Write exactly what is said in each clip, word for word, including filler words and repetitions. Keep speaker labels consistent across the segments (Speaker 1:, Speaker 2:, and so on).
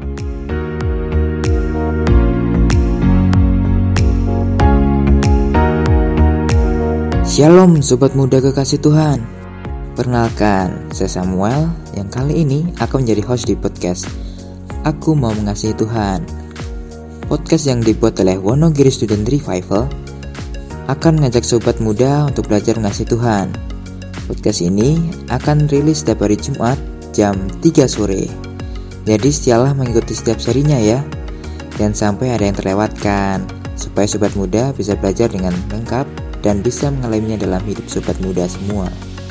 Speaker 1: Shalom Sobat Muda Kekasih Tuhan. Perkenalkan, saya Samuel yang kali ini akan menjadi host di podcast Aku Mau Mengasihi Tuhan. Podcast yang dibuat oleh Wonogiri Student Revival akan mengajak sobat muda untuk belajar mengasihi Tuhan. Podcast ini akan rilis setiap hari Jumat jam tiga sore. Jadi setialah mengikuti setiap serinya ya. Dan sampai ada yang terlewatkan, supaya sobat muda bisa belajar dengan lengkap dan bisa mengalaminya dalam hidup sobat muda semua.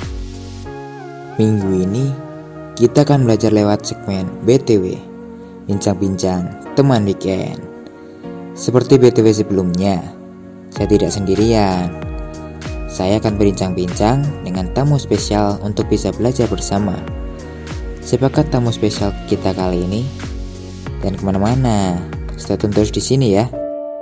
Speaker 1: Minggu ini kita akan belajar lewat segmen B T W, Bincang-bincang Teman Weekend. Seperti B T W sebelumnya, saya tidak sendirian. Saya akan berbincang-bincang dengan tamu spesial untuk bisa belajar bersama. Siapakah tamu spesial kita kali ini? Dan kemana-mana, stay tune terus di sini ya.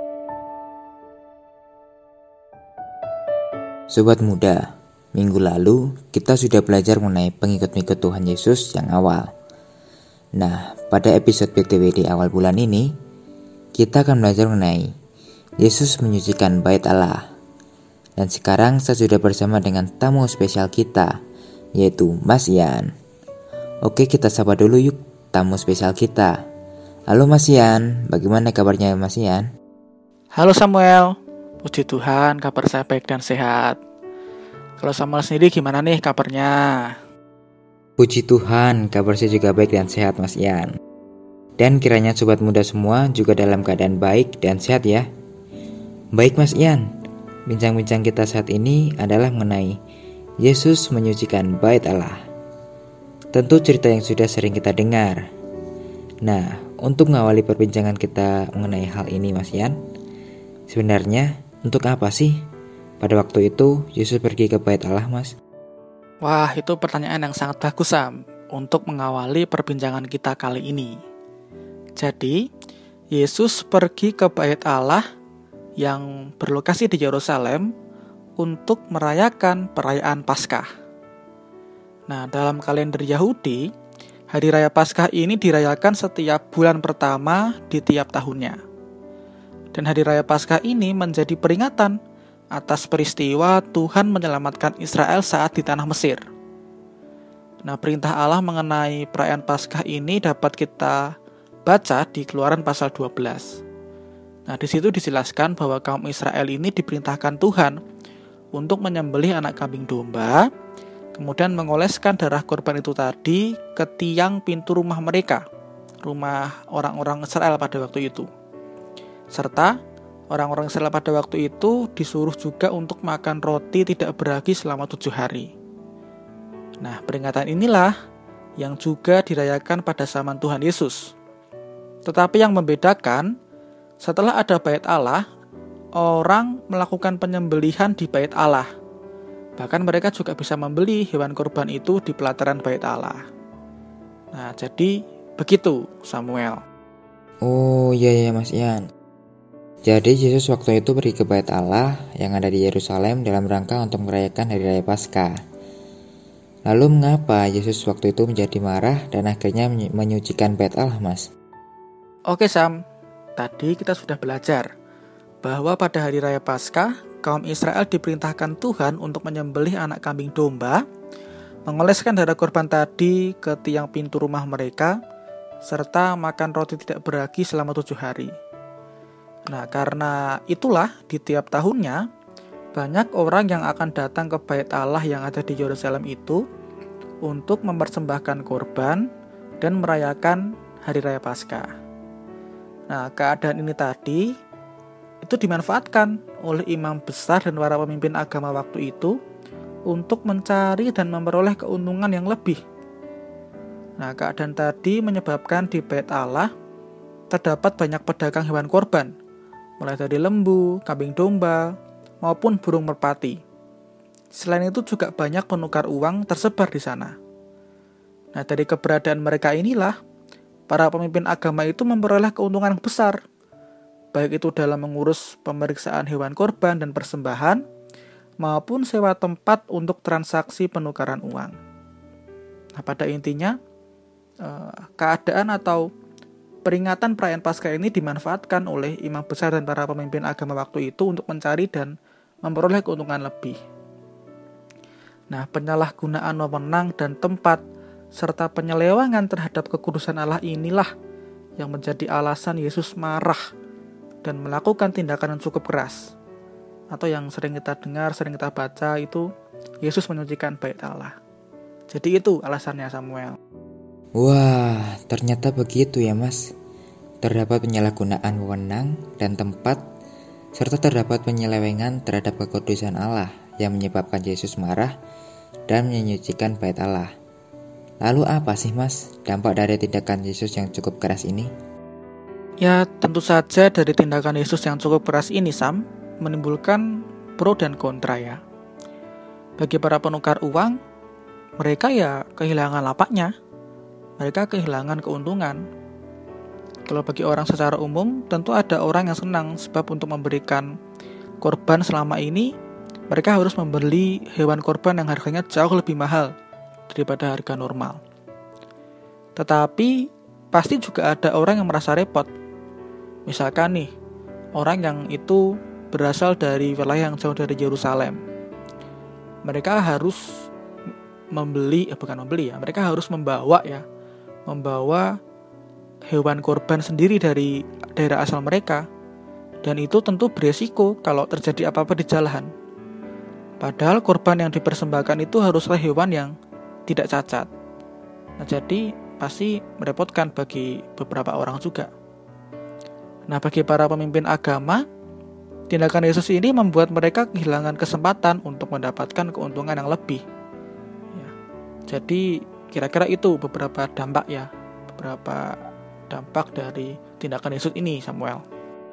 Speaker 1: Sobat muda, minggu lalu kita sudah belajar mengenai pengikut-pengikut Tuhan Yesus yang awal. Nah, pada episode B T W di awal bulan ini, kita akan belajar mengenai Yesus menyucikan bait Allah. Dan sekarang saya sudah bersama dengan tamu spesial kita, yaitu Mas Ian. Oke, kita sapa dulu yuk tamu spesial kita. Halo Mas Ian, bagaimana kabarnya Mas Ian?
Speaker 2: Halo Samuel, puji Tuhan kabar saya baik dan sehat. Kalau Samuel sendiri gimana nih kabarnya?
Speaker 1: Puji Tuhan, kabar saya juga baik dan sehat Mas Ian. Dan kiranya sobat muda semua juga dalam keadaan baik dan sehat ya. Baik Mas Ian, bincang-bincang kita saat ini adalah mengenai Yesus menyucikan bait Allah. Tentu cerita yang sudah sering kita dengar. Nah, untuk mengawali perbincangan kita mengenai hal ini Mas Ian, sebenarnya untuk apa sih pada waktu itu Yesus pergi ke bait Allah, Mas?
Speaker 2: Wah, itu pertanyaan yang sangat bagus, Sam, untuk mengawali perbincangan kita kali ini. Jadi, Yesus pergi ke bait Allah yang berlokasi di Yerusalem untuk merayakan perayaan Paskah. Nah, dalam kalender Yahudi, Hari Raya Paskah ini dirayakan setiap bulan pertama di tiap tahunnya. Dan Hari Raya Paskah ini menjadi peringatan atas peristiwa Tuhan menyelamatkan Israel saat di tanah Mesir. Nah, perintah Allah mengenai perayaan Paskah ini dapat kita baca di Keluaran pasal dua belas. Nah, di situ dijelaskan bahwa kaum Israel ini diperintahkan Tuhan untuk menyembelih anak kambing domba, kemudian mengoleskan darah korban itu tadi ke tiang pintu rumah mereka, rumah orang-orang Israel pada waktu itu. Serta orang-orang Israel pada waktu itu disuruh juga untuk makan roti tidak beragi selama tujuh hari. Nah, peringatan inilah yang juga dirayakan pada zaman Tuhan Yesus. Tetapi yang membedakan, setelah ada bait Allah, orang melakukan penyembelihan di bait Allah. Bahkan mereka juga bisa membeli hewan kurban itu di pelataran bait Allah. Nah, jadi begitu Samuel.
Speaker 1: Oh iya ya Mas Ian. Jadi Yesus waktu itu pergi ke bait Allah yang ada di Yerusalem dalam rangka untuk merayakan Hari Raya Paskah. Lalu mengapa Yesus waktu itu menjadi marah dan akhirnya menyucikan bait Allah, Mas?
Speaker 2: Oke Sam, tadi kita sudah belajar bahwa pada Hari Raya Paskah, kaum Israel diperintahkan Tuhan untuk menyembelih anak kambing domba, mengoleskan darah korban tadi ke tiang pintu rumah mereka, serta makan roti tidak beragi selama tujuh hari. Nah, karena itulah di tiap tahunnya banyak orang yang akan datang ke bait Allah yang ada di Yerusalem itu untuk mempersembahkan korban dan merayakan Hari Raya Paskah. Nah, keadaan ini tadi itu dimanfaatkan oleh imam besar dan para pemimpin agama waktu itu untuk mencari dan memperoleh keuntungan yang lebih. Nah, keadaan tadi menyebabkan di bait Allah terdapat banyak pedagang hewan korban, mulai dari lembu, kambing domba, maupun burung merpati. Selain itu juga banyak penukar uang tersebar di sana. Nah, dari keberadaan mereka inilah, para pemimpin agama itu memperoleh keuntungan yang besar, baik itu dalam mengurus pemeriksaan hewan korban dan persembahan, maupun sewa tempat untuk transaksi penukaran uang. Nah, pada intinya, keadaan atau peringatan perayaan Paskah ini dimanfaatkan oleh imam besar dan para pemimpin agama waktu itu untuk mencari dan memperoleh keuntungan lebih. Nah, penyalahgunaan wewenang dan tempat serta penyelewangan terhadap kekudusan Allah inilah yang menjadi alasan Yesus marah dan melakukan tindakan yang cukup keras. Atau yang sering kita dengar, sering kita baca itu Yesus menyucikan bait Allah. Jadi itu alasannya, Samuel.
Speaker 1: Wah, ternyata begitu ya Mas. Terdapat penyalahgunaan wewenang dan tempat, serta terdapat penyelewengan terhadap kekudusan Allah yang menyebabkan Yesus marah dan menyucikan bait Allah. Lalu apa sih Mas dampak dari tindakan Yesus yang cukup keras ini?
Speaker 2: Ya, tentu saja dari tindakan Yesus yang cukup keras ini, Sam, menimbulkan pro dan kontra ya. Bagi para penukar uang, mereka ya kehilangan lapaknya. Mereka kehilangan keuntungan. Kalau bagi orang secara umum, tentu ada orang yang senang sebab untuk memberikan korban selama ini, mereka harus membeli hewan korban yang harganya jauh lebih mahal daripada harga normal. Tetapi, pasti juga ada orang yang merasa repot. Misalkan nih, orang yang itu berasal dari wilayah yang jauh dari Yerusalem. Mereka harus membeli, eh bukan membeli ya, mereka harus membawa ya, membawa hewan korban sendiri dari daerah asal mereka, dan itu tentu beresiko kalau terjadi apa-apa di jalan. Padahal korban yang dipersembahkan itu haruslah hewan yang tidak cacat. Nah, jadi pasti merepotkan bagi beberapa orang juga. Nah, bagi para pemimpin agama, tindakan Yesus ini membuat mereka kehilangan kesempatan untuk mendapatkan keuntungan yang lebih. Ya, jadi kira-kira itu beberapa dampak ya, beberapa dampak dari tindakan Yesus ini, Samuel.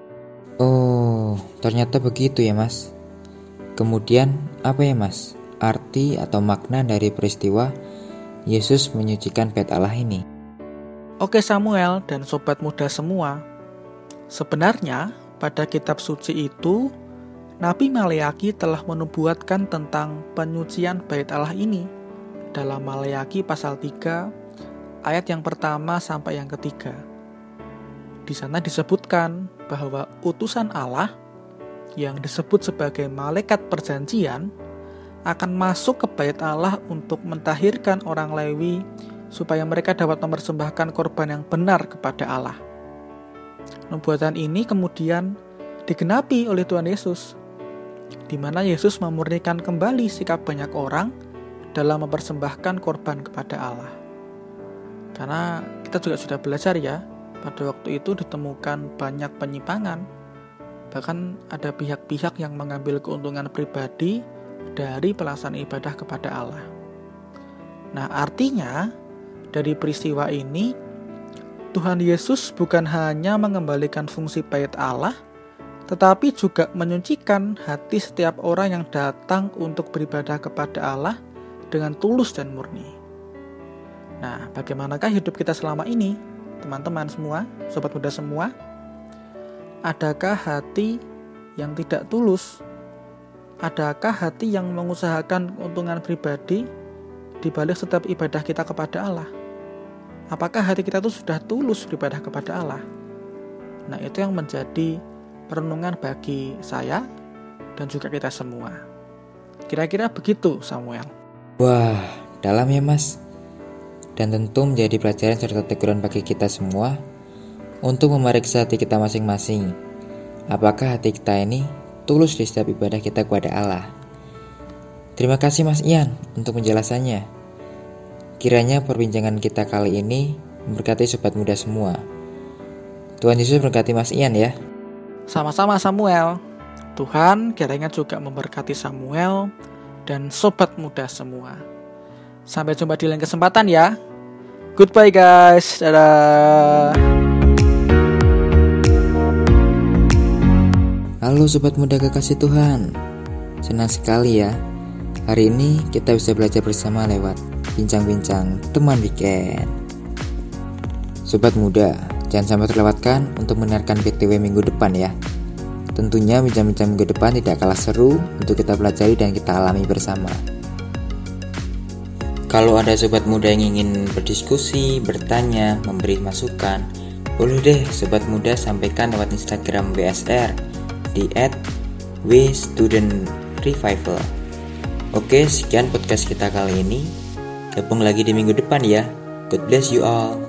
Speaker 1: Oh, ternyata begitu ya Mas. Kemudian apa ya Mas arti atau makna dari peristiwa Yesus menyucikan bait Allah ini?
Speaker 2: Oke Samuel dan sobat muda semua, sebenarnya pada kitab suci itu Nabi Maleaki telah menubuatkan tentang penyucian bait Allah ini dalam Maleaki pasal tiga ayat yang pertama sampai yang ketiga. Di sana disebutkan bahwa utusan Allah yang disebut sebagai malaikat perjanjian akan masuk ke bait Allah untuk mentahirkan orang Lewi supaya mereka dapat mempersembahkan korban yang benar kepada Allah. Nubuatan ini kemudian digenapi oleh Tuhan Yesus, di mana Yesus memurnikan kembali sikap banyak orang dalam mempersembahkan korban kepada Allah. Karena kita juga sudah belajar ya, pada waktu itu ditemukan banyak penyimpangan. Bahkan ada pihak-pihak yang mengambil keuntungan pribadi dari pelaksanaan ibadah kepada Allah. Nah, artinya dari peristiwa ini Tuhan Yesus bukan hanya mengembalikan fungsi bait Allah, tetapi juga menyucikan hati setiap orang yang datang untuk beribadah kepada Allah dengan tulus dan murni. Nah, bagaimanakah hidup kita selama ini, teman-teman semua, sobat muda semua? Adakah hati yang tidak tulus? Adakah hati yang mengusahakan keuntungan pribadi di balik setiap ibadah kita kepada Allah? Apakah hati kita itu sudah tulus beribadah kepada Allah? Nah, itu yang menjadi perenungan bagi saya dan juga kita semua. Kira-kira begitu, Samuel.
Speaker 1: Wah, dalam ya Mas. Dan tentu menjadi pelajaran serta teguran bagi kita semua untuk memeriksa hati kita masing-masing. Apakah hati kita ini tulus di setiap ibadah kita kepada Allah? Terima kasih Mas Ian untuk penjelasannya. Kiranya perbincangan kita kali ini memberkati sobat muda semua. Tuhan Yesus memberkati Mas Ian ya.
Speaker 2: Sama-sama Samuel. Tuhan kiranya juga memberkati Samuel dan sobat muda semua. Sampai jumpa di lain kesempatan ya. Goodbye guys. Dadah.
Speaker 1: Halo sobat muda kekasih Tuhan. Senang sekali ya. Hari ini kita bisa belajar bersama lewat bincang-bincang teman weekend. Sobat muda, jangan sampai terlewatkan untuk mendengarkan B T W minggu depan ya. Tentunya bincang-bincang minggu depan tidak kalah seru untuk kita pelajari dan kita alami bersama. Kalau ada sobat muda yang ingin berdiskusi, bertanya, memberi masukan, Boleh deh sobat muda sampaikan lewat Instagram W S R di et w student revival. Oke, sekian podcast kita kali ini. Gabung lagi di minggu depan ya. God bless you all.